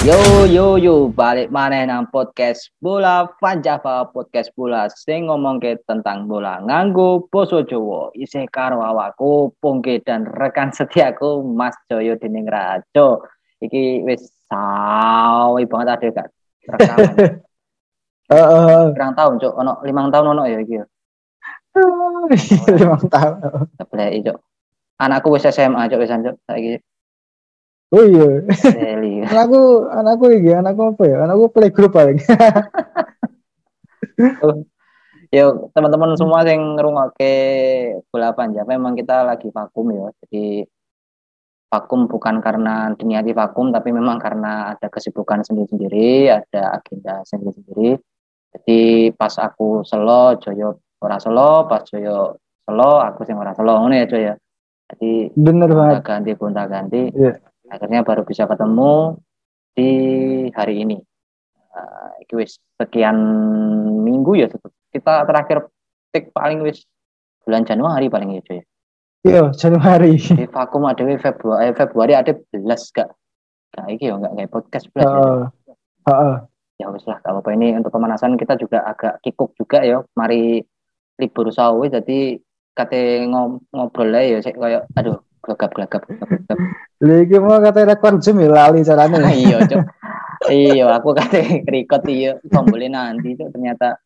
Yo, balik maneh nang podcast bola Vanjava, podcast bola sing ngomongke tentang bola nganggo basa Jawa. Isih karo awakku Pungki dan rekan setiaku Mas Joyo Dening Rajo. Iki wis sawi banget ada gak rekaman. Pirang tahun, Cuk? Ono 5 tahun ono ya iki ya. 5 tahun. Sebleki, Cuk. Anakku wis SMA, Cuk, wisan, Cuk. Saiki. Oh iya. Deli. Anakku apa ya? Anakku playgroup paling. Yo, teman-teman semua yang ngerungokke bola Panjang memang kita lagi vakum ya. Jadi vakum bukan karena diniati vakum, tapi memang karena ada kesibukan sendiri-sendiri, ada agenda sendiri-sendiri. Jadi pas aku selo, Joyo ora selo, pas Joyo selo, aku sing ora selo, ngono ya Joyo. Jadi Bener banget. gonta-ganti. Iya. Akhirnya baru bisa ketemu di hari ini. Iki wis sekian minggu ya kita terakhir take paling wis bulan Januari paling ya Joyo. Iya, Januari. Di vakum ada Februari ada belas gak iki ya nggak kayak podcast belas ya. Heeh. Ya wis lah, kalau apa ini untuk pemanasan kita juga agak kikuk juga ya. Mari libur sawi jadi kate ngobrol lah ya sik kayak aduh gelagap. Lha iki mau kata rekor jam ya lali carane. Iya, Cuk. Iya, aku kate record iya tombolnya nanti itu ternyata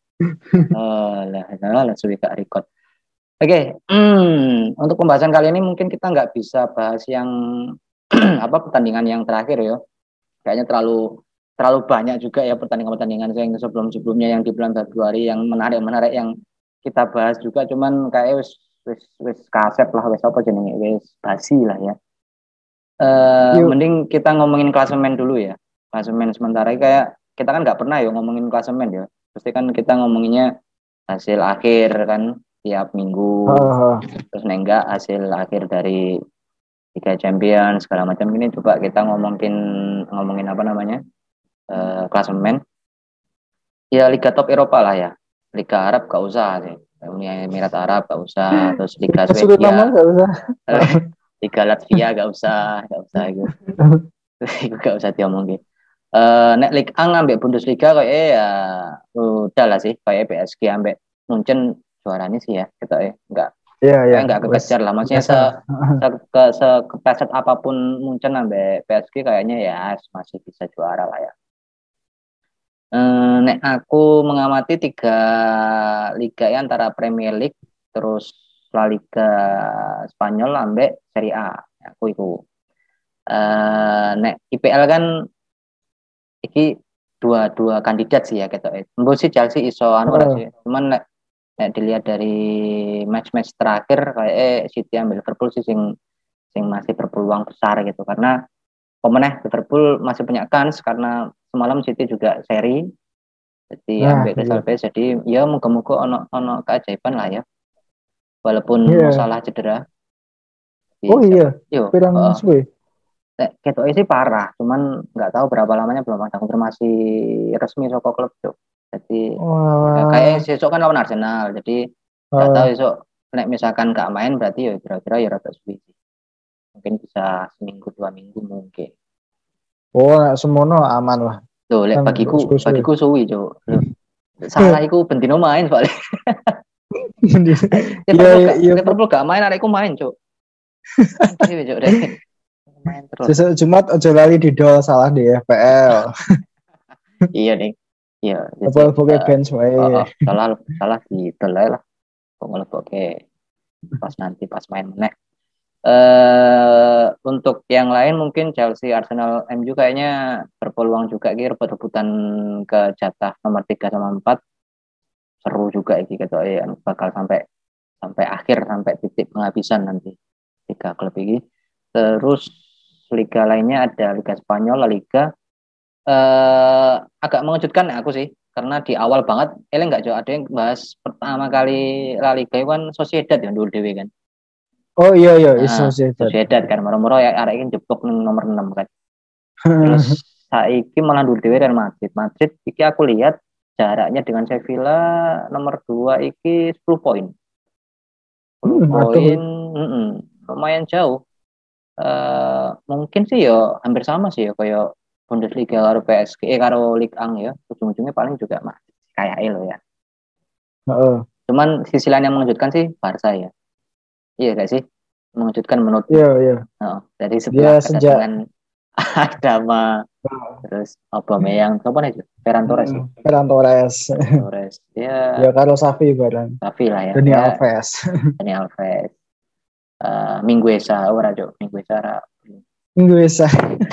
lah sudah gak record. Oke, untuk pembahasan kali ini mungkin kita nggak bisa bahas yang pertandingan yang terakhir ya. Kayaknya terlalu banyak juga ya pertandingan-pertandingan yang sebelum-sebelumnya yang di bulan Februari yang menarik yang kita bahas juga, cuman kayak wis kaset lah, wis apa jenenge, wis basi lah ya. Mending kita ngomongin klasemen dulu ya. Klasemen sementara kayak kita kan nggak pernah ya ngomongin klasemen ya. Pasti kan kita ngomonginnya hasil akhir kan tiap minggu. Terus enggak hasil akhir dari Liga Champions segala macam. Ini coba kita ngomongin apa namanya? Klasemen. Ya Liga top Eropa lah ya. Liga Arab gak usah sih. Uni Emirat Arab gak usah. Terus Liga Swedia. Liga Latvia gak usah gitu. Gak usah diomongin. Nek Liga A ngambil Bundesliga kayak ya udah lah sih kayak PSG ambek Munchen juaranya sih ya gitu ya enggak enggak kekejar lah maksudnya sekepleset apapun Munchen ambek PSG kayaknya ya masih bisa juara lah ya. Nek aku mengamati 3 liga ya antara Premier League terus La Liga Spanyol ambek Serie A aku itu nek IPL kan iki dua kandidat sih ya gitu. Mbok sih Chelsea iso sih. Cuman nek dilihat dari match-match terakhir kayak City ambil Liverpool sih sing masih berpeluang besar gitu karena pemenang Liverpool masih punya kans karena semalam City juga seri. Jadi ambil Crystal Palace jadi ya moga-moga ono keajaiban lah ya. Walaupun Salah cedera. Oh iya. Pirang suwe. Ketoknya sih parah, cuman nggak tahu berapa lamanya belum ada konfirmasi resmi soko klub tuh. Jadi kayak besok kan lawan Arsenal, jadi nggak tahu besok nek misalkan nggak main berarti ya kira-kira ya rada suwi. Mungkin bisa seminggu 2 minggu mungkin. Oh, semono aman lah. Tuh, lek bagiku suwi, Cuk. Salah iku bentino main soalnya. Liverpool gak main, adekku main, Cuk. Iya, Cuk, deh. Main terus. Sesuk Jumat aja lali didol salah di FPL. Iya nih. Iya. Apa pakai bench wae. Salah didol lah. Kok ngelebokke pas main meneh. Untuk yang lain mungkin Chelsea, Arsenal, MU kayaknya berpeluang juga rebut-rebutan ke jatah nomor 3 sama 4. Seru juga iki gitu ya. Bakal sampai akhir sampai titik penghabisan nanti 3 klub ini. Terus liga lainnya ada Liga Spanyol, La Liga. Agak mengejutkan aku sih karena di awal banget nggak jauh ada yang bahas pertama kali La Liga kan Sociedad yang dulu dewe kan. Oh iya Sociedad kan moro-moro ya arek iki jeblok nomor 6 kan. Terus saiki malah dulu dewe Real Madrid. Madrid iki aku lihat jaraknya dengan Sevilla nomor 2 iki 10 poin. 10 poin lumayan jauh. Mungkin sih ya hampir sama sih ya kayak Bundesliga karo PSG karo Ligue 1 ya, ujung-ujungnya paling juga masih kayak lo ya. Cuman sisi lain yang mengejutkan sih Barca ya. Iya gak sih? Mengejutkan menurutku. Iya. Dari setelah kedatangan sejak Adama, terus Aubameyang, siapa nih? Ferran Torres ya. Ferran Torres. Ya Carlos Xavi barang. Xavi lah ya. Dani Alves. Dani Alves. Mingueza, ora Jo, Mingueza.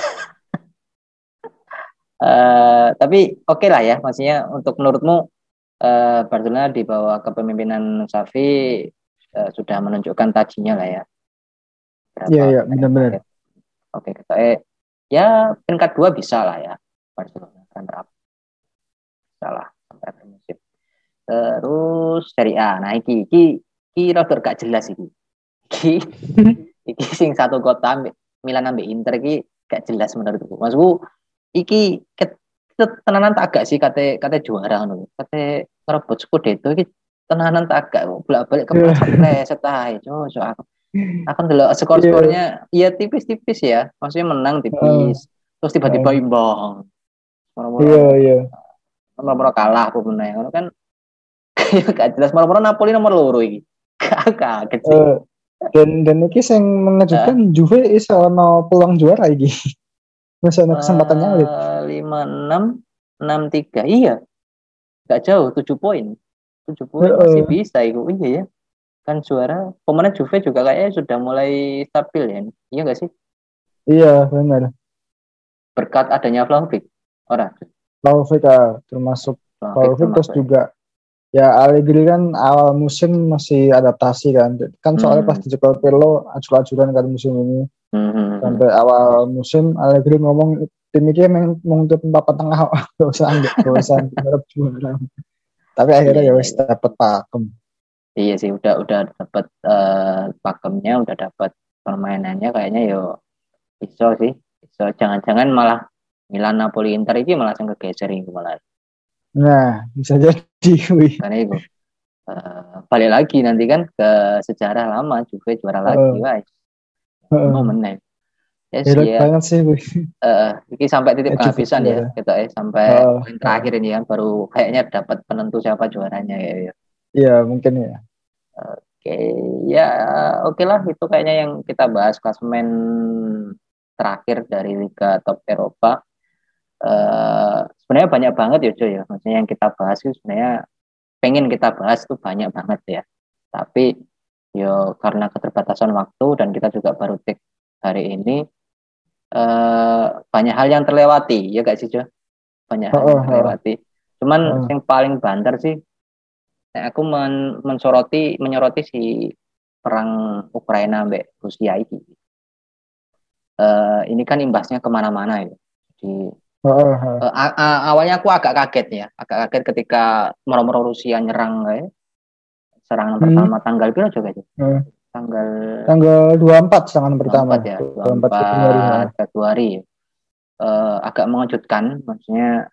Tapi oke lah ya, maksudnya untuk menurutmu Barcelona di bawah kepemimpinan Xavi sudah menunjukkan tajinya lah ya. Iya, benar-benar. Oke, kita ya peringkat 2 bisa lah ya Barcelona runner up. Salah sampai akhir musim. Terus Serie A. Nah, iki rada gak jelas iki. Iki sing satu kota Milan ambek Inter iki gak jelas menurutku. Maksudku iki tenanan tak agak sih kate juara ngono. Kate ngerebut Scudetto iki tenanan tak agak bolak-balik ke preset ae. Aku delok skor-skornya ya tipis-tipis ya. Maksudnya menang tipis. Terus tiba-tiba imbang. Iya. Nomor kalah apa meneh. Ngono kan gak jelas nomor Napoli nomor 2 iki. Kaget sih. Dan iki sing mengejutkan Juve iso ono peluang juara iki. Masih ada kesempatannya 5-6 6-3. Iya. Gak jauh 7 poin. 7 poin masih bisa itu. Iya ya. Kan juara. Pemenang Juve juga kayaknya sudah mulai stabil ya. Iya gak sih? Iya, benar. Berkat adanya Vlahovic. Vlahovic termasuk Vlahovic terus juga ya Allegri kan awal musim masih adaptasi kan soalnya pas dicekel Pirlo acur-acuran kan musim ini. Sampai awal musim Allegri ngomong tim ini memang untuk papan tengah gak usah ngarep juara. Tapi akhirnya ya wis dapat pakem. Iya sih udah dapat pakemnya, udah dapat permainannya kayaknya yo iso sih. Iso jangan-jangan malah Milan Napoli Inter itu malah sang kegeser ini malah. Nah, bisa jadi karena itu balik lagi nanti kan ke sejarah lama Juve juara lagi guys. Momen yes, banget sih ini sampai titik kehabisan ya kita sampai poin terakhir ini kan baru kayaknya dapat penentu siapa juaranya ya. Iya mungkin ya. Oke ya oke lah itu kayaknya yang kita bahas klasemen terakhir dari Liga Top Eropa. Sebenarnya banyak banget ya Joy ya, maksudnya yang kita bahas itu sebenarnya pengen kita bahas tuh banyak banget ya, tapi yo karena keterbatasan waktu dan kita juga baru take hari ini banyak hal yang terlewati ya gak sih Jo? Banyak hal yang terlewati. Cuman yang paling banter sih aku menyoroti si perang Ukraina mbak Rusia ini. Ini kan imbasnya kemana-mana ya. Jadi awalnya aku agak kaget ketika moro-moro Rusia nyerang serangan pertama tanggal berapa coba itu? Tanggal 24 serangan pertama. 24 Februari. Agak mengejutkan, maksudnya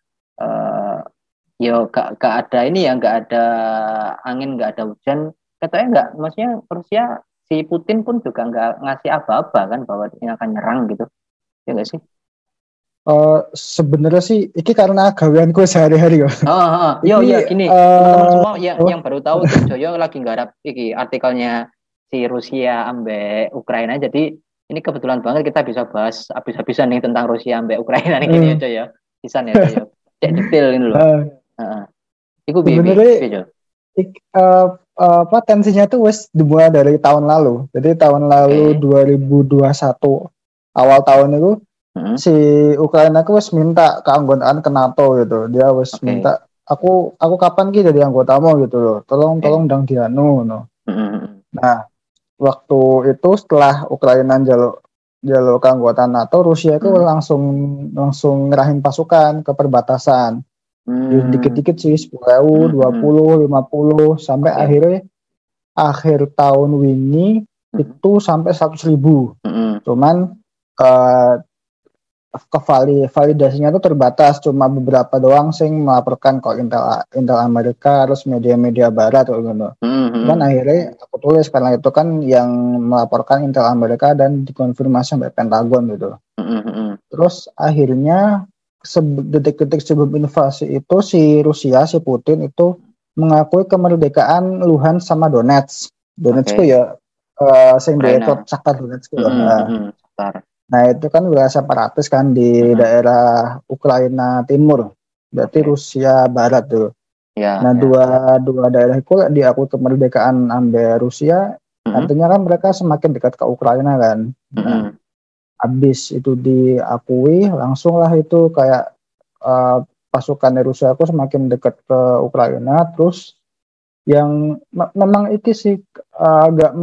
gak ada ini ya, gak ada angin, gak ada hujan. Katanya enggak, maksudnya Rusia si Putin pun juga nggak ngasih apa-apa kan bahwa ini akan nyerang gitu, ya nggak sih? Sebenarnya sih ini karena gaweanku sehari-hari kok. Iya gini, teman-teman semua yang baru tahu tuh Joyo lagi nggarap iki artikelnya si Rusia ambek Ukraina. Jadi ini kebetulan banget kita bisa bahas habis-habisan nih tentang Rusia ambek Ukraina nih gini aja ya. Pisan ya Joyo. Cek detail ini loh. Iku sebenarnya tensinya tuh wes dimulai dari tahun lalu. Jadi tahun lalu 2021 awal tahun itu si Ukraina aku wes minta keanggotaan ke NATO gitu. Dia wes minta aku kapan ki jadi anggotamu gitu loh. Tolong dang dianu no. Nah, waktu itu setelah Ukraina jaluk keanggotaan NATO, Rusia itu langsung ngerahin pasukan ke perbatasan. Dikit-dikit sih 10.000, 20, 50 sampai akhir tahun ini itu sampai 100.000. Cuman validasinya itu terbatas, cuma beberapa doang sing melaporkan kok Intel Amerika terus media-media barat gitu. Cuman akhirnya aku tulis karena itu kan yang melaporkan Intel Amerika dan dikonfirmasi sampai Pentagon gitu. Terus akhirnya detik-detik sebelum invasi itu si Rusia, si Putin itu mengakui kemerdekaan Luhansk sama Donetsk. Donetsk itu ya sing direkrut Shakhtar Donetsk itu. Nah itu kan wilayah separatis kan di daerah Ukraina Timur, berarti Rusia Barat tuh. Nah dua daerah itu diakui kemerdekaan ambil Rusia, artinya kan mereka semakin dekat ke Ukraina kan. Nah, habis itu diakui langsung lah itu kayak pasukan Rusia aku semakin dekat ke Ukraina. Terus yang memang itu sih agak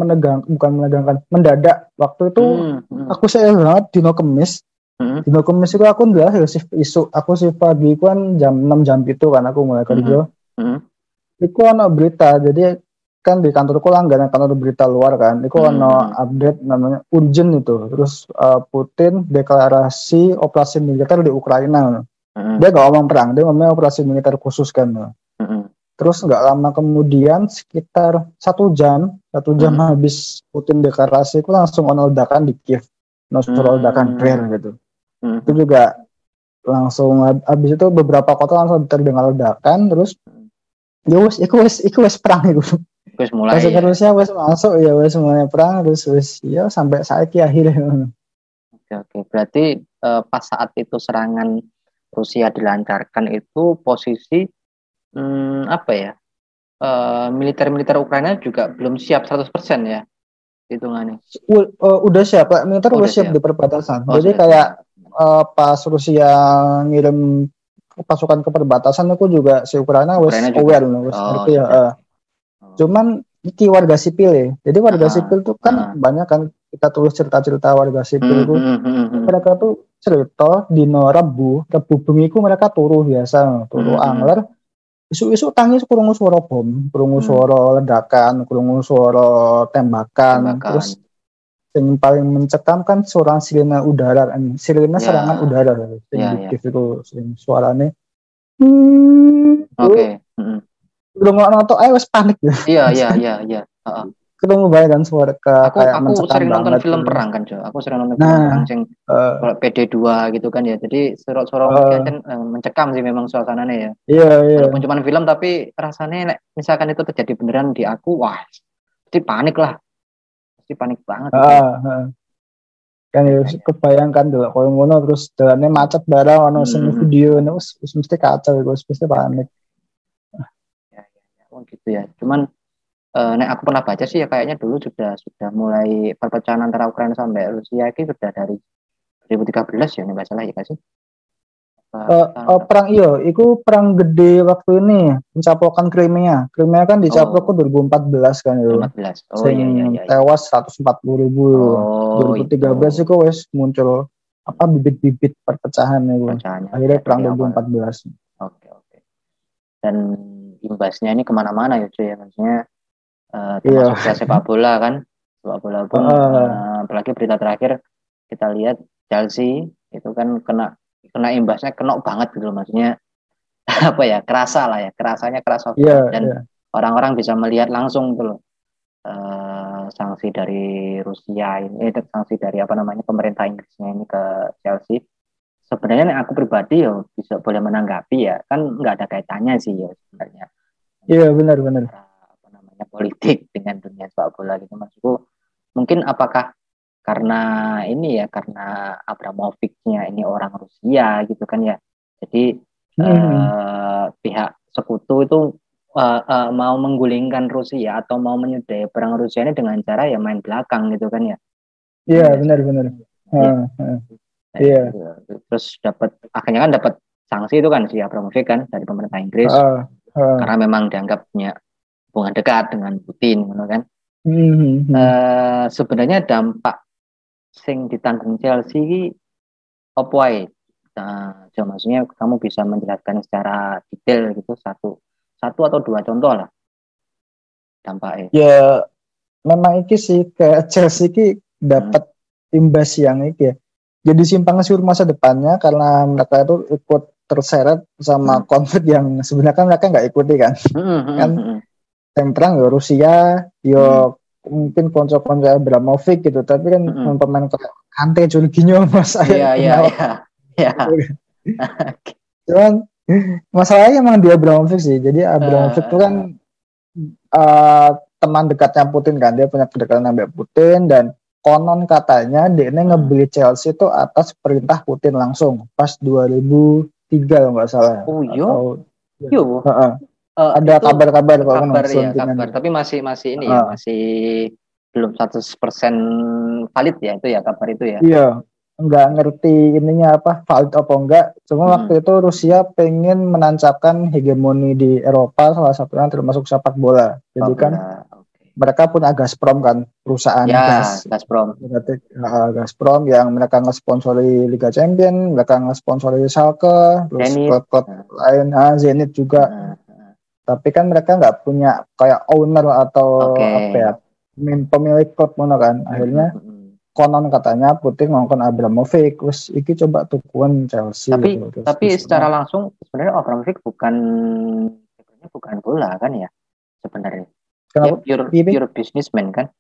mendadak waktu itu aku saya banget Dino Kemis itu aku udah isu aku sih pagi kan jam 6 jam itu kan aku mulai kerja itu ada berita, jadi kan di kantorku langganan kantor berita luar kan, itu ada update namanya urgent itu, terus Putin deklarasi operasi militer di Ukraina. Dia gak ngomong perang, dia ngomong operasi militer khusus kan. Terus nggak lama kemudian sekitar satu jam habis Putin deklarasi itu langsung ada ledakan di Kiev, ledakan rare gitu. Itu juga langsung habis itu beberapa kota langsung terdengar ledakan, terus iku wis perang itu. Wis mulai. Rusia wis masuk ya wis mulai perang terus wis ya sampai saiki akhirnya. Oke. Berarti pas saat itu serangan Rusia dilancarkan itu posisi apa ya? Militer Ukraina juga belum siap 100% ya hitungannya. Udah siap, Pak. Militer udah siap di perbatasan. Jadi kayak pas Rusia ngirim pasukan ke perbatasan itu juga si Ukraina wis aware wis ngerti ya. Cuman iki warga sipil ya. Jadi warga sipil tuh kan banyak kan kita tulis cerita-cerita warga sipil itu. Mereka tuh cerita dino Rabu bengi ku mereka turu biasa, turu angler. Isu-isu tangis krungu suara bom, krungu suara ledakan, krungu suara tembakan. Terus yang paling mencekam kan suara sirine udara, serangan udara. Sing itu suaranya. Oke. Krungu nonton wis panik ya. Iya. Ketemu banyak kan suara kayak aku sering nonton banget, film perang kan, Jo. Aku sering nonton film perang sing PD2 gitu kan ya. Jadi sorot-sorot kan mencekam sih memang suasananya ya. Iya. Walaupun cuma film tapi rasanya misalkan itu terjadi beneran di aku, wah, pasti panik lah. Pasti panik banget gitu. Kan ya kebayangkan dulu kalau ngono terus jalannya macet barang ono sing video wis mesti kacau wis mesti panik. Ya. Oh gitu ya. Cuman nek aku pernah baca sih ya kayaknya dulu sudah mulai perpecahan antara Ukraina sampai Rusia itu sudah dari 2013 ya nih salah ya kasih. Perang itu perang gede waktu ini pencaplokan Crimea kan dicaplok 2014 kan itu. 2014. Oh iya. Tewas 140.000. 2013 itu wes muncul bibit-bibit perpecahan itu. Akhirnya perang 2014. Oke. Dan imbasnya ini kemana-mana ya cuy ya, maksudnya termasuk sepak bola kan, sepak bola pun apalagi berita terakhir kita lihat Chelsea itu kan kena imbasnya, kena banget gitu loh, maksudnya apa ya, kerasanya kerasa dan orang-orang bisa melihat langsung gitu loh sanksi dari Rusia ini, sanksi dari pemerintah Inggrisnya ini ke Chelsea. Sebenarnya aku pribadi ya bisa boleh menanggapi ya, kan nggak ada kaitannya sih ya sebenarnya. Iya benar. Politik dengan dunia sepak bola gitu, maksudku mungkin apakah karena ini ya, karena Abramovich-nya ini orang Rusia gitu kan ya, jadi pihak sekutu itu mau menggulingkan Rusia atau mau menyudahi perang Rusia ini dengan cara ya main belakang gitu kan ya. Iya benar. Iya. Terus akhirnya kan dapat sanksi itu kan si Abramovich kan dari pemerintah Inggris karena memang dianggapnya hubungan dekat dengan Putin, kan? Sebenarnya dampak sing ditanggung Chelsea apa wae? Maksudnya kamu bisa menjelaskan secara detail gitu satu atau dua contoh lah dampaknya. Ya memang iki sih kayak Chelsea iki dapat imbas yang iki ya. Jadi simpang siur masa depannya karena mereka itu ikut terseret sama konflik yang sebenarnya kan mereka nggak ikuti kan. Yang perang ya Rusia, mungkin konco-konco Abramovich gitu, tapi kan pemain kayak Kante, Jorginho, Mas Iya. Cuman masalahnya emang dia Abramovich sih. Jadi Abramovich itu kan teman dekatnya Putin kan. Dia punya kedekatan sama Putin dan konon katanya dia ini ngebeli Chelsea itu atas perintah Putin langsung pas 2003 kalau nggak salah. Oh Atau yo. ada Itu kabar-kabar kalau kabar ya, selentingan kabar. gitu. Tapi masih ini ya, masih belum 100% valid ya itu ya kabar itu ya. Iya, nggak ngerti ininya apa valid apa enggak. Cuma waktu itu Rusia pengen menancapkan hegemoni di Eropa, salah satunya termasuk sepak bola. Jadi kan mereka punya Gazprom kan, perusahaan gas. Gazprom. Berarti Gazprom yang mereka ngesponsori Liga Champions, mereka ngesponsori Schalke, terus klub-klub lain, Zenit juga. Tapi kan mereka nggak punya kayak owner atau apa ya, pemilik klub mana kan. Akhirnya konon katanya Putin ngongkon Abramovich, terus iki coba tukuan Chelsea. Tapi secara langsung sebenarnya Abramovich bukan bola kan ya sebenarnya. Dia pure businessman kan.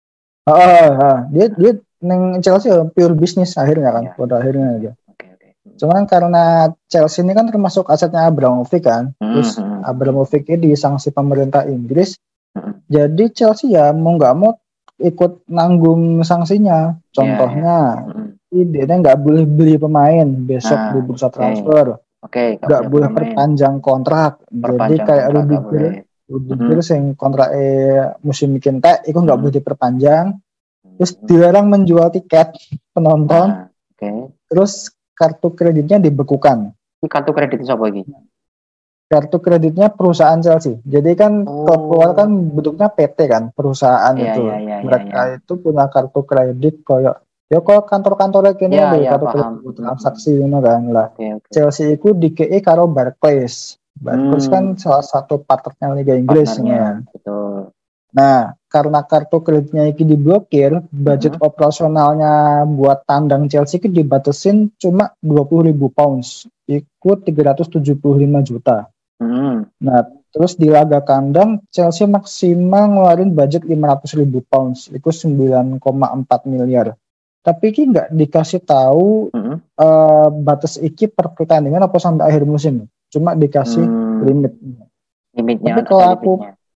Dia neng Chelsea pure bisnis akhirnya kan, pada akhirnya aja. Cuman karena Chelsea ini kan termasuk asetnya Abramovich kan, terus Abramovich ini disangsi pemerintah Inggris, jadi Chelsea ya mau nggak mau ikut nanggung sanksinya. Contohnya, dia nggak boleh beli pemain besok di bursa transfer, nggak boleh perpanjang kontrak. Jadi kayak Rudiger yang kontrak musim kita itu nggak boleh diperpanjang. Terus dilarang menjual tiket penonton. Terus kartu kreditnya dibekukan. Kartu kredit siapa lagi? Kartu kreditnya perusahaan Chelsea. Jadi kan klub luar kan bentuknya PT kan, perusahaan itu. Mereka itu punya kartu kredit kayak ya kok kantor-kantor kayak gini kartu kredit transaksi ini kan lah. Chelsea itu di-KE karo Barclays. Barclays kan salah satu partnernya Liga Inggris ya. Betul. Nah, karena kartu kreditnya ini diblokir, budget operasionalnya buat tandang Chelsea itu dibatasin cuma 20.000 pounds, ikut 375 juta. Nah, terus di laga kandang Chelsea maksimal ngeluarin budget 500.000 pounds, itu 9,4 miliar. Tapi ini nggak dikasih tahu batas iki per pertandingan apa sampai akhir musim, cuma dikasih limitnya. Tapi kalau aku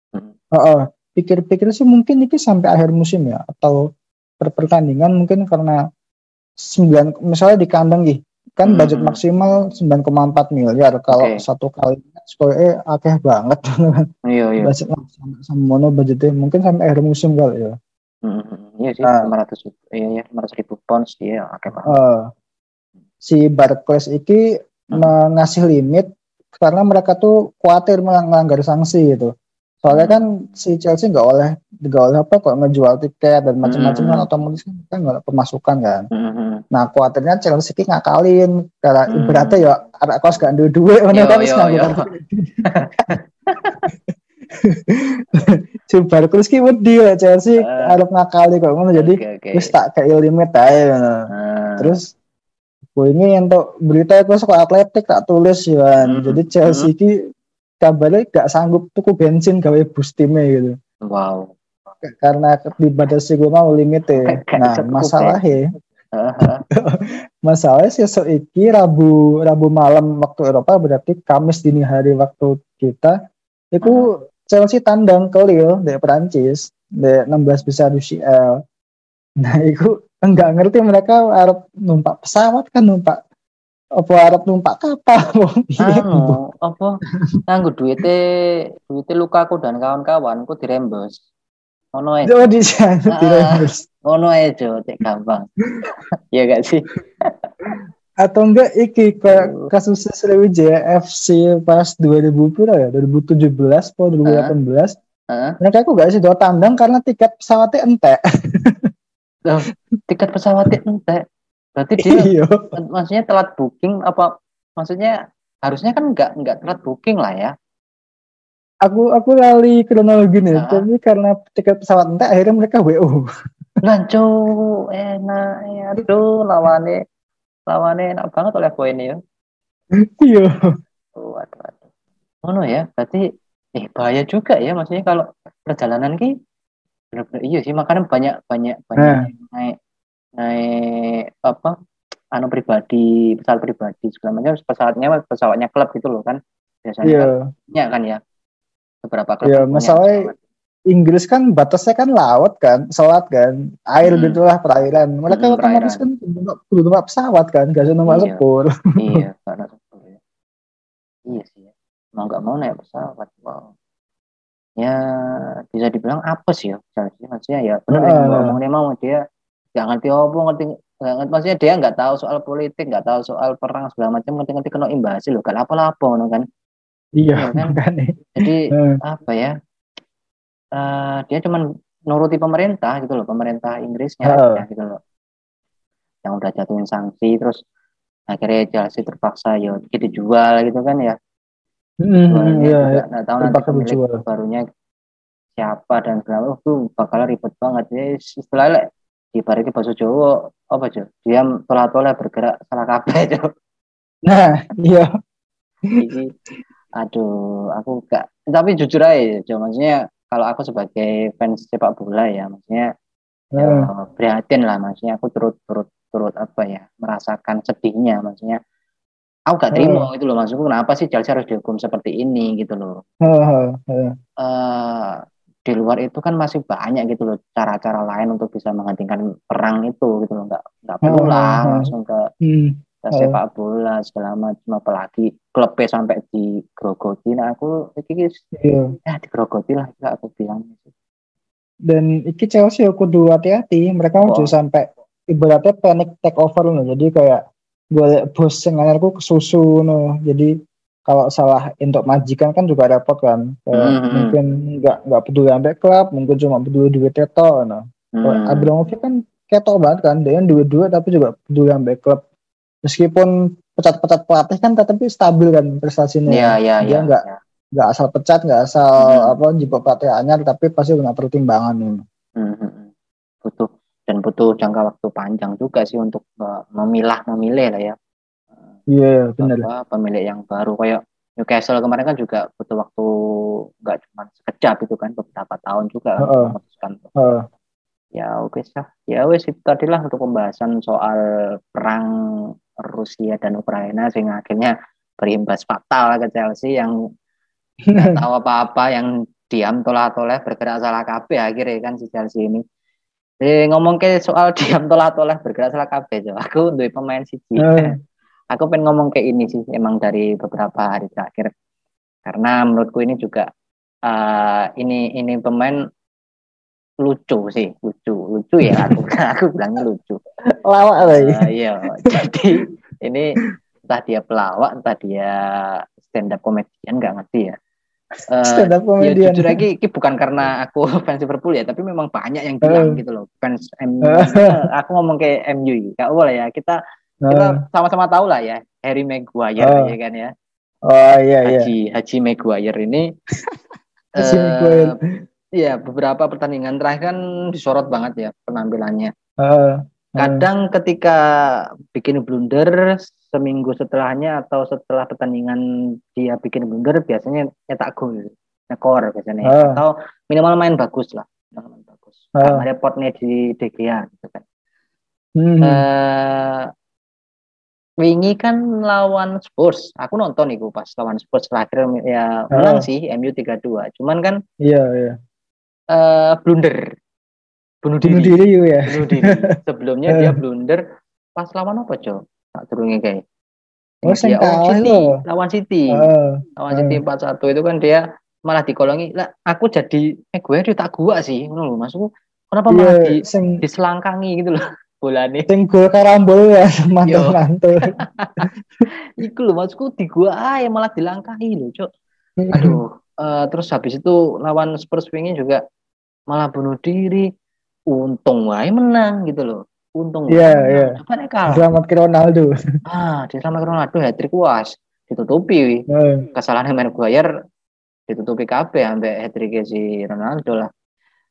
pikir-pikir sih mungkin ini sampai akhir musim ya, atau per pertandingan mungkin karena 9 misalnya di kandang kan budget maksimal 9,4 miliar kalau satu kali skor akeh banget. Iya. Budget sama budgetnya mungkin sampai akhir musim kali ya. Iya sih, 500.000 pounds ya akeh banget. Si Barclays ini ngasih limit karena mereka tuh khawatir melanggar sanksi gitu. Soalnya kan si Chelsea nggak oleh apa kok ngejual tiket dan macam-macam kan, otomatis kan nggak pemasukan kan. Nah khawatirnya Chelsea ini ngakalin karena ibaratnya ya ada kos gak duit mana kan si Barclays ki wedi ya Chelsea arep ngakali kok ngono, jadi wis tak kayak limit ae ngono. Terus ini untuk berita itu sekolah Atletik tak tulis ya. Jadi Chelsea ki kabarnya gak sanggup tuku bensin gawe bus timnya gitu. Wow. Karena dibatasi gue mau limite. Nah masalahnya sesuk iki Rabu malam waktu Eropa, berarti Kamis dini hari waktu kita itu Chelsea tandang ke Lille di Perancis di 16 besar UCL. Nah itu enggak ngerti mereka harap numpak pesawat kan numpak harap numpak kapal apa nganggo duite Lukaku dan kawan-kawan ku dirembes ngono ae di sana dirembes ngono ae cek gampang ya gak sih atau enggak iki kayak kasus Sriwijaya FC pas 2000 pura ya 2017 atau 2018 mereka aku gak sih tandang karena tiket pesawatnya entek. Tiket pesawatnya entek berarti dia maksudnya telat booking apa maksudnya harusnya kan nggak telat booking lah ya. Aku lali kronologi nih, tapi karena tiket pesawat entek akhirnya mereka WO. Lanco enak ya, aduh lawannya enak banget oleh poin ya. Iya. Waduh. Oh ya, berarti bahaya juga ya maksudnya kalau perjalanan ki benar-benar iya sih makanya banyak naik apa anu pribadi, pesawat pribadi segala macam, pesawatnya klub gitu loh kan. Biasanya kan punya kan ya. Beberapa klub kan punya masalahnya pesawat. Inggris kan batasnya kan laut kan, selat kan, air gitulah perairan. Mereka otomatis kan kudu numpak pesawat kan, gak usah numpak sepur. Iya, karena sepur. Iya sih. Mau nggak mau naik pesawat. Wow. Ya bisa dibilang apa sih ya? Maksudnya ya benar yang ngomongnya mau dia nggak ngerti apa ngerti nggak ngerti, maksudnya dia nggak tahu soal politik, nggak tahu soal perang segala macam, ngerti kena imbasi loh kan apa-apa kan. Iya kan. Makanya. Jadi apa ya? Dia cuma nuruti pemerintah gitu loh, pemerintah Inggrisnya aja gitu loh. Yang udah jatuhin sanksi terus akhirnya Chelsea terpaksa ya dijual gitu kan ya. Jualnya juga nggak tahu nanti pemilik barunya siapa dan segala itu bakal ribet banget ya istilahnya di bariki bahasa Jawa apa aja diam tola-tola bergerak salah kabeh itu. Nah iya jadi aduh aku gak, tapi jujur aja maksudnya kalau aku sebagai fans sepak bola ya maksudnya ya prihatin lah, maksudnya aku turut apa ya merasakan sedihnya, maksudnya aku gak terima gitu loh, maksudku kenapa sih Chelsea harus dihukum seperti ini gitu loh. Di luar itu kan masih banyak gitu loh cara-cara lain untuk bisa menghentikan perang itu gitu loh, nggak perlu lah langsung ke sepak bola segala macam, apalagi klubnya sampai digrogoti. Nah aku digrogoti lah aku bilang. Dan iki Chelsea kudu hati-hati, mereka udah sampai ibaratnya panic take over loh, jadi kayak gue bos yang anyarku kesusu no. Jadi kalau salah untuk majikan kan juga repot kan, mungkin nggak peduli sampai klub, mungkin cuma peduli duit teto no. Abramovich kan ketok banget kan, dia duit tapi juga peduli sampai klub, meskipun pecat-pecat pelatih kan tetapi stabil kan prestasinya. Dia nggak asal pecat, nggak asal jemput pelatih anyar, tapi pasti punya pertimbangan. Butuh jangka waktu panjang juga sih untuk memilih lah ya. Iya benar. Pemilik yang baru kayak Newcastle kemarin kan juga butuh waktu nggak cuma sekejap itu kan, beberapa tahun juga memutuskan. Ya oke sah, ya wes itu tadilah untuk pembahasan soal perang Rusia dan Ukraina sehingga akhirnya berimbas fatal ke Chelsea yang nggak tahu apa-apa, yang diam toleh-toleh bergerak salah kabeh akhirnya kan si Chelsea ini. Jadi ngomong ke soal diam toleh-toleh bergerak salah kabeh, aku duwe pemain siji. Aku pengen ngomong kayak ini sih emang dari beberapa hari terakhir, karena menurutku ini juga ini pemain lucu ya, aku bilangnya lucu. Lawak lagi. Iya, jadi ini entah dia pelawak, entah dia stand up comedian, nggak ngerti ya. Stand up comedian. Ya jujur lagi, ini bukan karena aku fans Liverpool ya, tapi memang banyak yang bilang gitu loh, fans MU. Aku ngomong kayak MU, nggak boleh ya, kita sama-sama tahu lah ya, Harry Maguire ya kan ya. Oh iya Haji Maguire ini. Ya beberapa pertandingan terakhir kan disorot banget ya penampilannya. Kadang ketika bikin blunder seminggu setelahnya atau setelah pertandingan dia bikin blunder biasanya nyetak gol, skor biasanya, atau minimal main bagus lah, nggak repotnya di De Gea gitu kan. Wingi kan lawan Spurs, aku nonton nih pas lawan Spurs terakhir ya menang sih MU 3-2, cuman kan blunder, bunuh diri ya. Sebelumnya dia blunder pas lawan apa cow? Tak turunnya kayak lawan City 4-1 itu kan dia malah dikolongi lah, aku jadi gue tak gua sih ngono lho, maksudku kenapa malah diselangkangi gitu loh bolane. Sing gol karambol ya mantul-mantul. Iku lho maksudku di gua malah dilangkahi lho, Cuk. Aduh, terus habis itu lawan Spurs wingi juga malah bunuh diri. Untung wae menang gitu loh. Untung Iya. Coba nek kalah. Selamat ke Ronaldo. Diselamat ke Ronaldo, hat-trick was ditutupi. Kesalahan Maguire ditutupi kabeh ambek hat-trick si Ronaldo lah.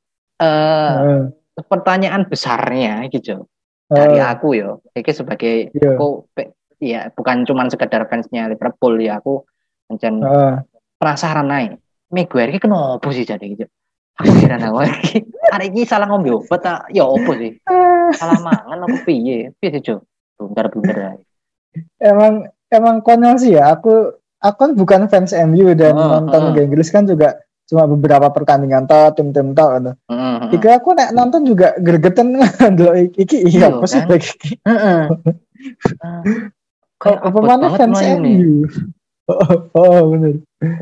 Pertanyaan besarnya gitu dari aku yo, iki sebagai aku ya bukan cuma sekedar fansnya Liverpool ya, aku mencen penasaran aja Maguire iki kenapa sih jadi gitu. Aku heran aku hari ini salah ngombe obat ya opo sih, salah mangan apa piye sih Jo? blunder. Emang konyol sih ya. Aku kan bukan fans MU dan nonton Liga Inggris kan juga cuma beberapa pertandingan tim-tim gitu. Jika aku nonton juga gregetan dulu iki iya apa sih kan? Kayak apa mana fans MU. Bener.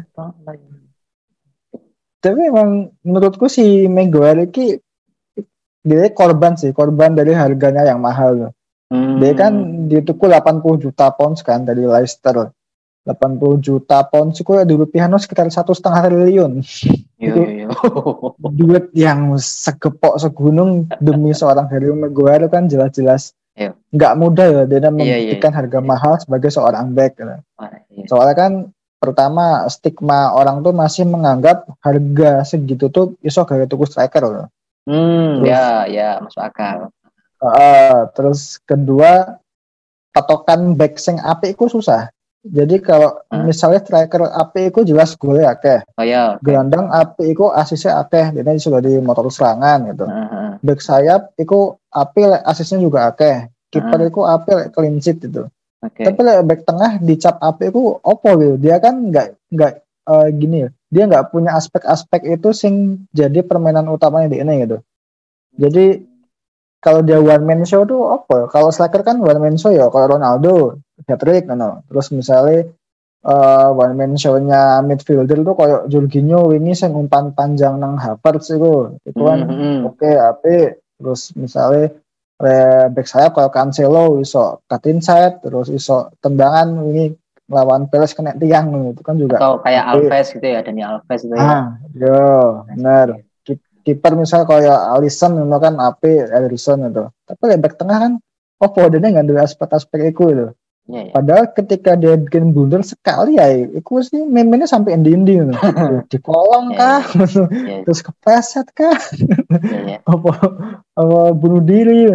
Tapi emang menurutku si Maguire ini dia korban dari harganya yang mahal. Dia kan ditukul 80 juta pounds kan dari Leicester. 80 juta pounds itu di rupiah sekitar 1,5 triliun. Itu duit yang segepok segunung demi seorang Harry Maguire kan jelas-jelas nggak mudah ya dia membuktikan harga mahal sebagai seorang back. Soalnya kan pertama stigma orang tuh masih menganggap harga segitu tuh iso gaya tuku striker loh. Ya masuk akal. Terus kedua patokan back sing apik iku susah. Jadi kalau misalnya striker apik iku jelas gole akeh. Gelandang apik iku asisnya akeh, dene sudah di motor serangan gitu. Back sayap iku apik asisnya juga akeh. Kiper iku apik clean sheet gitu. Tapi back tengah dicap apik iku opo gitu. Dia kan enggak gini ya. Dia enggak punya aspek-aspek itu sing jadi permainan utamanya di ini gitu. Jadi kalau dia one man show tuh apa? Kalau striker kan one man show ya. Kalau Ronaldo hat-trick terus misalnya one man show-nya midfielder tuh kayak Jorginho ini sing umpan panjang nang Havertz itu kan oke apik. Terus misalnya back sayap kayak Cancelo iso cut inside terus iso tendangan ini lawan Perez kena tiang itu kan juga. Atau kayak Alves gitu ya, Dani Alves itu ya. Benar. Kiper misalnya kayak Alisson itu kan Ederson itu. Tapi back tengah kan dia nggak ada aspek-aspek itu loh. Padahal ketika dia bikin blunder sekali ya, itu sih meme-nya sampai ending-ending di kolong kah, terus kepleset kah, apa bunuh diri.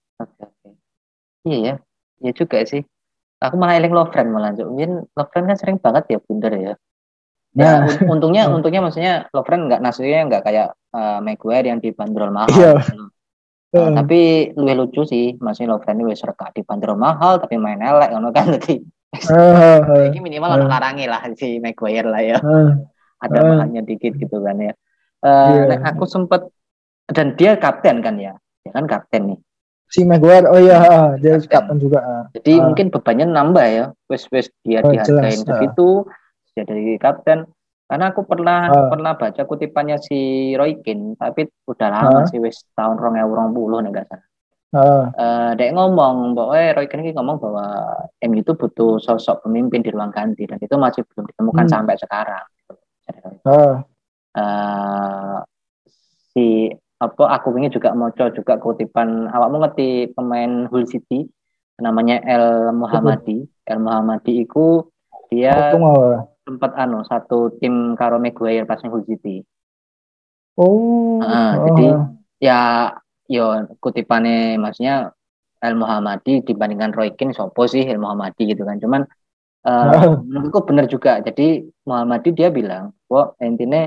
Iya ya juga sih. Aku malah eling Lovren malah. Mungkin Lovren kan sering banget ya blunder ya. Ya untungnya maksudnya Lovren nggak kayak Maguire yang dibanderol mahal. Tapi lebih lucu sih, maksudnya Lovren ini wis rekak dibanderol mahal tapi main elek ngono kan tadi. Ini minimal larangi lah si Maguire lah ya. Ada mahalnya dikit gitu kan ya. Aku sempet dan dia kapten kan ya. Dia kan kapten nih. Si Maguire dia kapten juga. Jadi mungkin bebannya nambah ya. Wis dia dihargain segitu. Dia dari kapten. Karena aku pernah baca kutipannya si Roy Keane, tapi udah lama sih wis tahun 2020 nih gak salah. Dia ngomong bahwa Roy Keane ngomong bahwa MU itu butuh sosok pemimpin di ruang ganti dan itu masih belum ditemukan sampai sekarang. Aku ingin juga moco juga kutipan awakmu ngerti pemain Hull City namanya El Mohammadi. El Mohammadi itu dia sempat satu tim karo Maguire pas Hull City. Jadi ya kutipannya maksudnya El Mohammadi dibandingkan Roy Keane sopo sih El Mohammadi gitu kan. Cuman menurutku benar juga. Jadi Mohammadi dia bilang bahwa intinya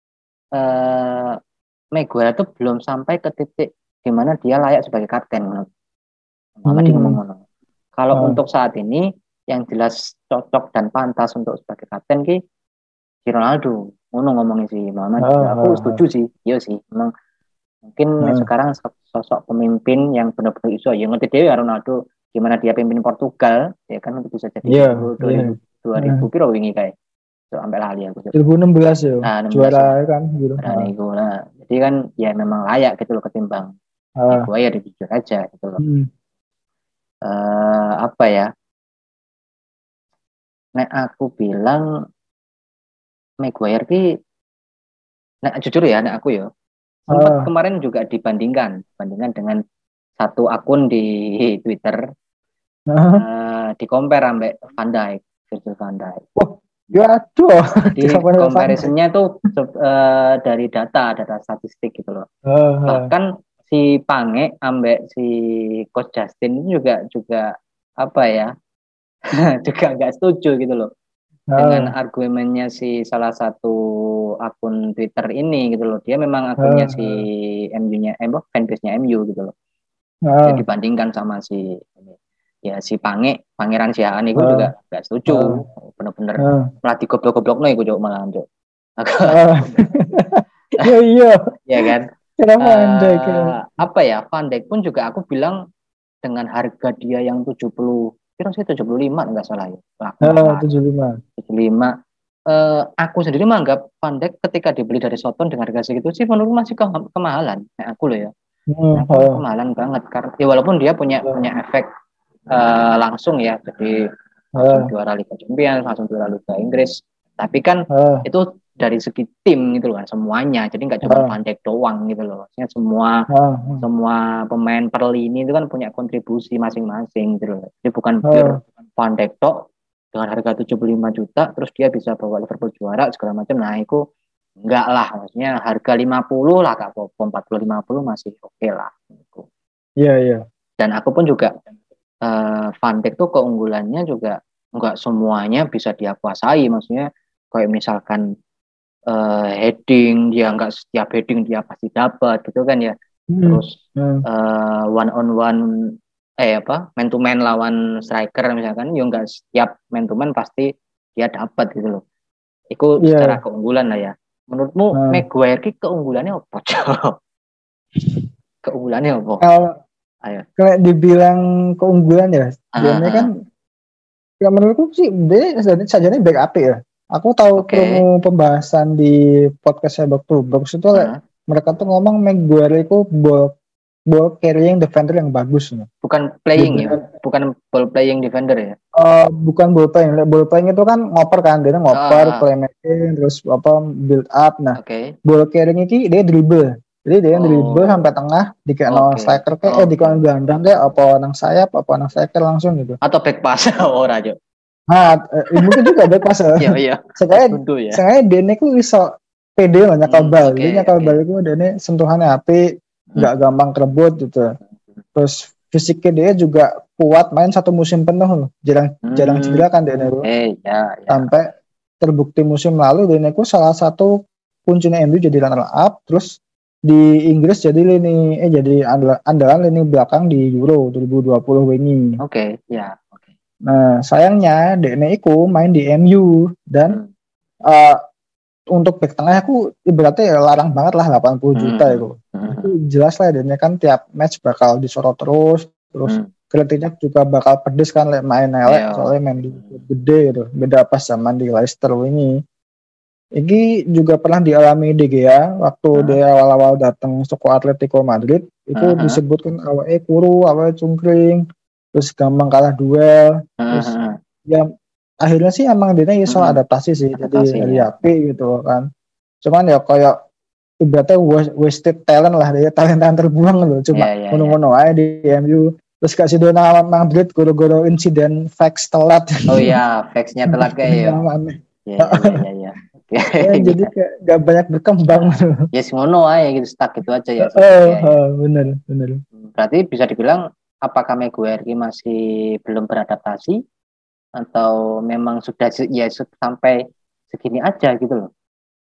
Maguire itu belum sampai ke titik di mana dia layak sebagai kapten. Mohammadi ngomong ngono. Kalau untuk saat ini yang jelas cocok dan pantas untuk sebagai kapten si Ronaldo. Ngomongin si Muhammad. Aku setuju sih. Iya sih. Memang mungkin sekarang sosok pemimpin yang benar-benar iso ya ngerti dia ya Ronaldo gimana dia pimpin Portugal ya kan itu bisa jadi 2000 piro wingi kayak sampai lali aku 2016 ya juara ya kan gitu. Jadi kan ya memang layak gitu loh ketimbang Maguire jujur aja gitu loh. Apa ya? Aku bilang Maguire jujur ya aku ya sempat kemarin juga dibandingkan dengan satu akun di Twitter di compare sampai Virgil van Dijk. Di comparisonnya tuh dari data statistik gitu loh. Bahkan si Pange ambek si Coach Justin itu juga apa ya juga nggak setuju gitu loh dengan argumennya si salah satu akun Twitter ini gitu loh. Dia memang akunnya si MU-nya fanbase-nya MU gitu loh. Dia dibandingkan sama si ini. ya si Pangeran Siaan itu juga gak setuju. Bener-bener malah digoblok-goblokno iku Cuk malah Cuk. Iya. Ya kan? Kenapa Anda Apa ya? Van Dijk pun juga aku bilang dengan harga dia yang 70, kira sih 75 enggak salah ya. 75. 75. Aku sendiri menganggap Van Dijk ketika dibeli dari Soton dengan harga segitu sih menurut masih kemahalan. Kayak aku loh ya. Aku kemahalan banget karena ya walaupun dia punya efek langsung ya, jadi langsung juara Liga Champions, langsung juara Liga Inggris. Tapi kan itu dari segi tim gitu loh kan semuanya. Jadi nggak cuma Van Dijk doang gitu loh. Maksudnya semua pemain per lini itu kan punya kontribusi masing-masing gitu loh. Jadi bukan pure Van Dijk tok dengan harga 75 juta terus dia bisa bawa Liverpool juara segala macam. Nah, itu enggak lah, maksudnya harga 50 lah Kak Popo, 40 50 masih oke lah gitu. Iya. Dan aku pun juga Van Dijk tuh keunggulannya juga enggak semuanya bisa dia kuasai, maksudnya kayak misalkan heading, dia enggak setiap heading dia pasti dapat gitu kan ya. Terus one on one man to man lawan striker misalkan, ya enggak setiap man to man pasti dia dapat gitu loh. Itu secara keunggulan lah ya. Menurutmu Maguire ki keunggulannya apa? Keunggulannya apa? Ayo. Kayak dibilang keunggulan ya, dia kan ya menurutku sih dia sajanya back up ya. Aku tahu promo pembahasan di podcast Sepak Box itu mereka tuh ngomong Maguire itu ball carrying defender yang bagus nih. Bukan playing ya, bukan ball playing defender ya. Bukan ball playing itu kan ngoper kan, dia ngoper, playmaking, terus build up. Nah, ball carrying itu dia dribble. Jadi dia dribble sampai tengah, dikena striker dikena gelandang apa nang sayap, apa nang striker langsung gitu. Atau back pass ora aja. Nah, mungkin juga back pass. Iya. Saya Dene ku bisa pede lah nyakal bal. Jadi nyakal bal itu Dene sentuhannya api, nggak gampang kerebut gitu. Terus fisiknya dia juga kuat, main satu musim penuh loh. Jarang cedera kan Dene ku. Sampai terbukti musim lalu Dene ku salah satu kuncinya MU jadi runner up, terus di Inggris jadi andalan lini belakang di Euro 2020 ini. Oke. Nah, sayangnya Dene iku main di MU dan untuk back tengah aku ibaratnya ya larang banget lah 80 juta itu. Itu jelas lah Dene kan tiap match bakal disorot terus kritiknya juga bakal pedes kan main elek soalnya main di gede gitu. Beda pas zaman di Leicester ini. Ini juga pernah dialami De Gea waktu dia awal-awal datang ke Atletico Madrid itu disebutkan awalnya kuru, awalnya cungkring, terus gampang kalah duel, terus ya akhirnya sih emang dia iso adaptasi sih jadi api gitu kan. Cuman ya kayak ibaratnya wasted talent lah, dia talent terbuang loh, cuma ngono-ngono aja di MU. Terus kasih dona Madrid goro-goro insiden fax telat. Oh iya, faxnya telat kayak ya. Jadi kayak gak banyak berkembang. Ya ngono aja gitu, stuck gitu aja ya. Bener. Berarti bisa dibilang apakah Maguire masih belum beradaptasi atau memang sudah sampai segini aja gitu loh?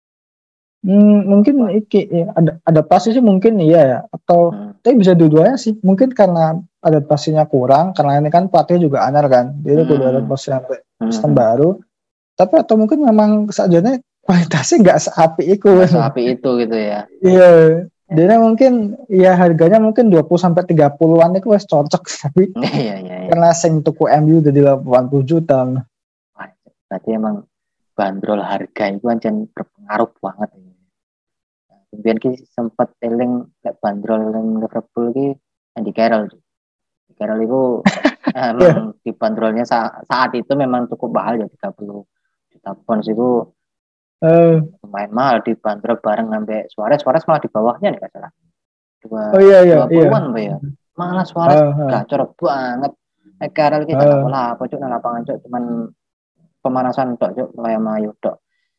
Mungkin ada adaptasi sih mungkin iya ya, atau tapi bisa dua-duanya sih. Mungkin karena adaptasinya kurang, karena ini kan pelatih juga anyar kan, jadi udah adaptasi sampai sistem baru. Tapi atau mungkin memang sajane kualitasnya nggak seapi itu gitu ya. Iya, dia mungkin ya harganya mungkin 20-30-an itu wes cocok, tapi karena sing tuku MU jadi 80 juta. Berarti emang bandrol harga itu ancen berpengaruh banget. Kemudian sempat eling bandrol Liverpool ki Andy Carroll. Carroll itu emang di bandrolnya saat itu memang cukup mahal ya, 30 juta pounds itu lumayan mahal dibanderol bareng sampai Suarez malah di bawahnya nih nggak salah. 20-an ya. Malah Suarez gacor banget. Carroll kita nggak pola apa cuk nang lapangan cuk cuman pemanasan tok cuk kayak mayu tok.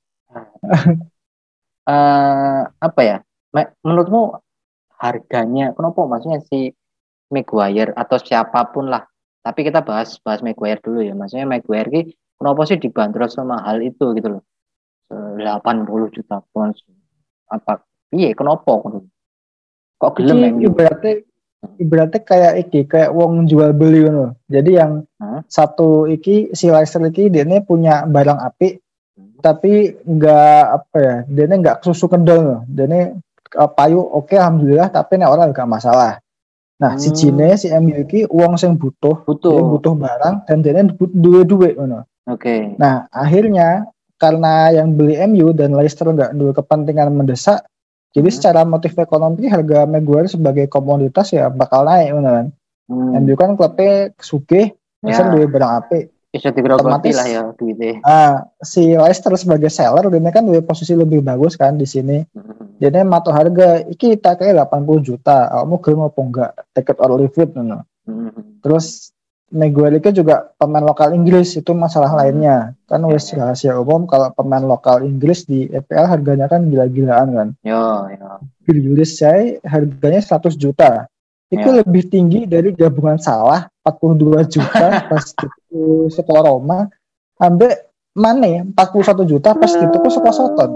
Apa ya? Menurutmu harganya kenapa maksudnya si Maguire atau siapapun lah. Tapi kita bahas Maguire dulu ya. Maksudnya Maguire ki kenapa sih dibanderol semahal itu gitu loh. 80 juta pounds apa kenapa kok gelem ibaratnya ibaratnya kayak wong jual beli ngono. Jadi yang satu si Leicester iki dia ini punya barang apik tapi nggak apa ya, dia ini nggak kesusu kendel loh. Dia ini payu oke alhamdulillah tapi nek orang nggak masalah. Nah, si MU iki wong sing butuh, dia butuh barang dan dia duwe ngono. Oke. Nah, akhirnya karena yang beli MU dan Leicester nggak dulu kepentingan mendesak, jadi secara motif ekonomi harga Maguire sebagai komoditas ya bakal naik kan. MU kan klubnya sugih, Leicester duwe barang apik. Bisa digerogoti lah ya duitnya. Si Leicester sebagai seller dia kan duwe posisi lebih bagus kan di sini. Jadi matok harga iki tak kayak 80 juta. Kamu gelem apa enggak? Take it or leave it no. Terus Maguire juga pemain lokal Inggris, itu masalah lainnya. Kan wis rahasia umum kalau pemain lokal Inggris di EPL harganya kan gila-gilaan kan. Yo. Grealish saya harganya 100 juta. Itu lebih tinggi dari gabungan Salah 42 juta pas itu sekolah Roma. Ambek Mane 41 juta pas itu kok sekolah Soton.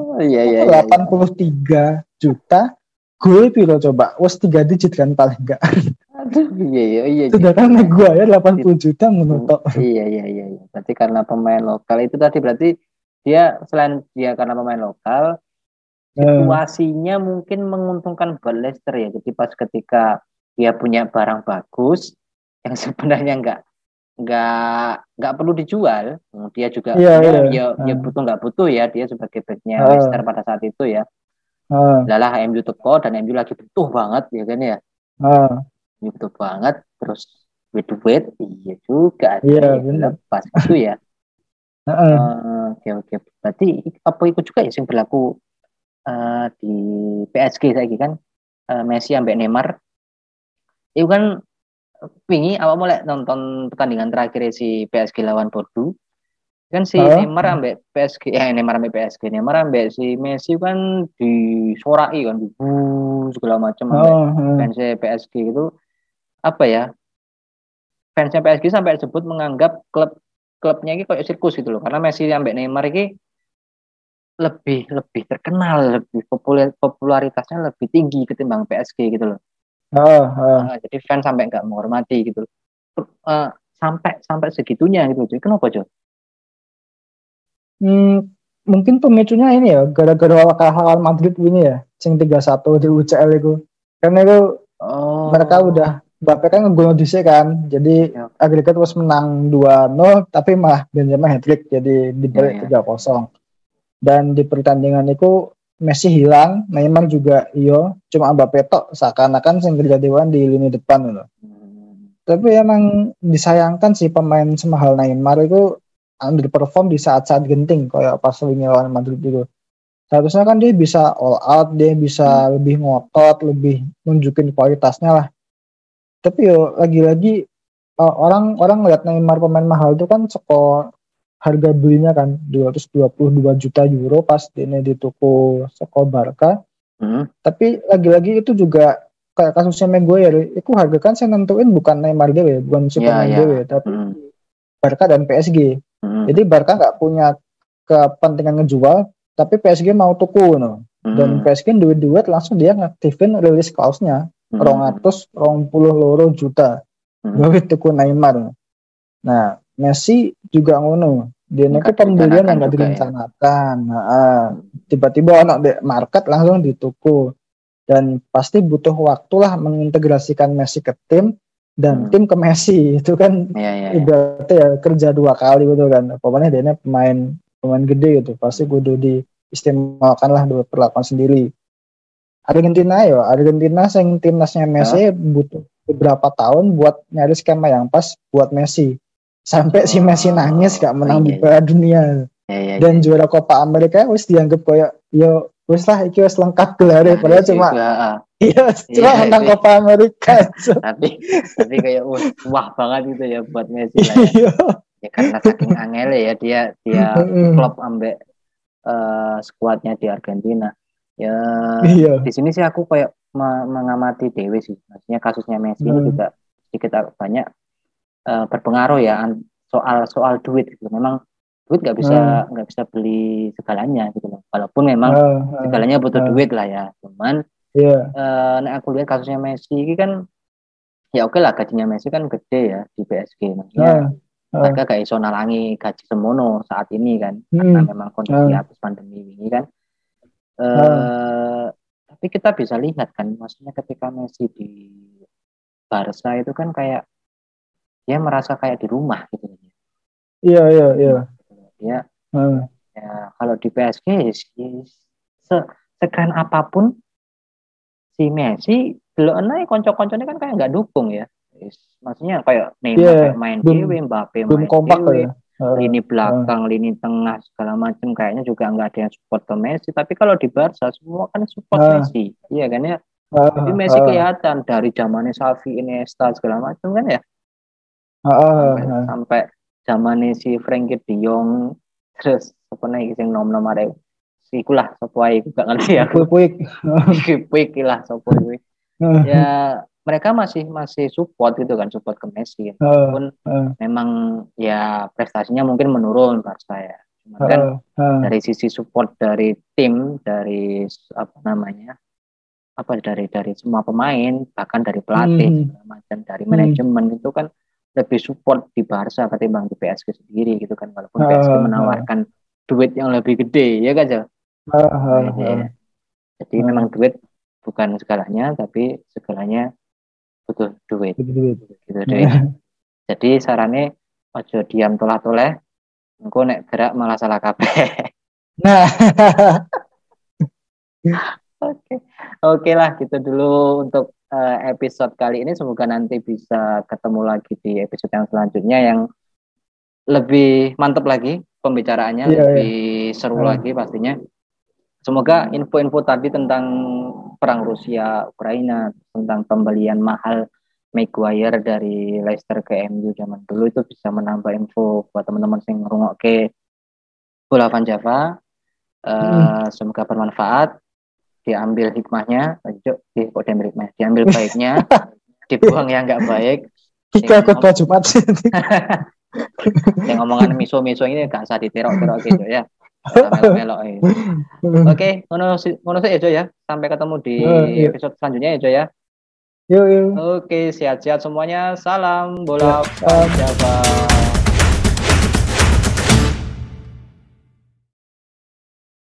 83 juta. Gue piro coba? Wes 3 digit kan paling enggak. Aduh, iya. Sedangkan Maguire 80 juta menutup. Iya. Berarti karena pemain lokal itu tadi berarti dia selain dia karena pemain lokal, situasinya mungkin menguntungkan buat Leicester ya. Jadi pas ketika dia punya barang bagus yang sebenarnya nggak perlu dijual, dia juga ya butuh nggak butuh ya, dia sebagai backnya Leicester pada saat itu ya. Lalah MU teko dan MU lagi butuh banget ya kan ya. Butuh banget terus with iya juga lepas itu ya. Oke. Berarti apa itu juga ya yang berlaku di PSG lagi kan, Messi sampai Neymar itu kan wingi awak mulai nonton pertandingan terakhir si PSG lawan Bordeaux kan si Neymar ambek PSG Neymar ambek si Messi kan disorai kan segala macam ambek fans PSG itu apa ya, fansnya PSG sampai disebut menganggap klubnya ini kayak sirkus gitu loh, karena Messi ambek Neymar ini lebih terkenal, lebih popularitasnya lebih tinggi ketimbang PSG gitu loh. Jadi fans sampai nggak menghormati gitu, sampai segitunya gitu. Jadi kenapa Jo? Mungkin pemicunya ini ya, gara-gara kalah Madrid ini ya, sing 3-1 di UCL itu. Karena itu mereka udah Mbappe kan ngegol dhisik kan, jadi agregat was menang 2-0, tapi malah Benzema hat-trick jadi dibalik 3-0. Dan di pertandingan itu Messi hilang, Neymar juga cuma Mbappe tok seakan-akan sing kejadian di lini depan loh. Tapi emang disayangkan sih pemain semahal Neymar itu underperform di saat-saat genting kayak pas lawan Madrid itu. Seharusnya kan dia bisa all out, dia bisa lebih ngotot, lebih nunjukin kualitasnya lah. Tapi lagi-lagi orang ngeliat Neymar pemain mahal itu kan harga belinya kan 222 juta euro pas ini di toko Barca. Tapi lagi-lagi itu juga kayak kasusnya Maguire, itu harga kan saya nentuin bukan Neymar dewe, bukan si pemain dewe, tapi Barca dan PSG. Jadi Barca nggak punya kepentingan ngejual, tapi PSG mau tuku dan PSG duit langsung dia ngaktifin release clause-nya 220 juta duit tuku Neymar. Nah Messi juga ngono. Dia itu pembelian yang gak direncanakan. Tiba-tiba anak di market langsung dituku. Dan pasti butuh waktu lah mengintegrasikan Messi ke tim dan tim ke Messi. Itu kan ibaratnya ya kerja 2 kali gitu kan. Pokoknya dia pemain gede gitu. Pasti kudu diistimewakan lah perlakuan sendiri. Argentina yang timnasnya Messi butuh beberapa tahun buat nyari skema yang pas buat Messi. Sampai si Messi nangis gak menang di Piala Dunia. Dan juara Copa Amerika wis dianggap kayak wis lah iki wis lengkap gelar padahal cuma cuma menang Copa Amerika. tapi kayak wah banget gitu ya buat Messi lah ya. Ya karena saking angele ya dia klub ambek skuadnya di Argentina. Ya di sini sih aku kayak mengamati dewe sih. Maksudnya kasusnya Messi ini juga sedikit banyak berpengaruh ya soal duit gitu. Memang duit nggak bisa beli segalanya gitu loh. Walaupun memang segalanya butuh duit lah ya. Cuman nek aku lihat kasusnya Messi ini kan ya oke lah gajinya Messi kan gede ya di PSG, maksudnya mereka gak iso nalangi gaji semono saat ini kan, karena memang kondisi habis pandemi ini kan. Tapi kita bisa lihat kan, maksudnya ketika Messi di Barca itu kan kayak dia merasa kayak di rumah gitu. Iya. Dia ya kalau di PSG sekeren apapun si Messi delok naik konco-koncone kan kayak nggak dukung ya. Maksudnya kayak Neymar kayak main dewe, Mbappe main dewe, lini belakang, lini tengah segala macam kayaknya juga nggak ada yang support ke Messi. Tapi kalau di Barca semua kan support Messi, iya kan ya. Jadi Messi kelihatan dari zamannya Xavi, Iniesta segala macam kan ya. Sampai zamannya si Frenkie de Jong, terus apa nih yang nom-nom ada ikulah sopoai gak ngerti aku. Puik lah sopoai. Ya mereka masih support gitu kan, support ke Messi. Walaupun memang ya prestasinya mungkin menurun Barca ya. Cuman kan dari sisi support dari tim, dari apa namanya? Dari semua pemain, bahkan dari pelatih segala macam, dari manajemen itu kan lebih support di Barca ketimbang di PSG sendiri gitu kan, walaupun PSG menawarkan duit yang lebih gede ya kan ya. Jadi memang duit bukan segalanya, tapi segalanya butuh duit. Gitu deh. Jadi sarannya ojo diam tolah-toleh, engko nek gerak malah salah kabeh. Nah. Oke lah, gitu dulu untuk episode kali ini. Semoga nanti bisa ketemu lagi di episode yang selanjutnya yang lebih mantap lagi pembicaraannya, lebih seru lagi pastinya. Semoga info-info tadi tentang perang Rusia Ukraina, tentang pembelian mahal Maguire dari Leicester ke MU zaman dulu itu bisa menambah info buat teman-teman yang ngrungokke Bola Van Java. Semoga bermanfaat, diambil hikmahnya, diambil baiknya, dibuang yang nggak baik. Kita ikut baju mati. Yang ngomongan miso-miso ini gak usah diterok-terok gitu ya. Melok-melok. Oke, ngono sih ya. Sampai ketemu di episode selanjutnya ya. Yuk. Oke, sehat-sehat semuanya. Salam bola Van Java.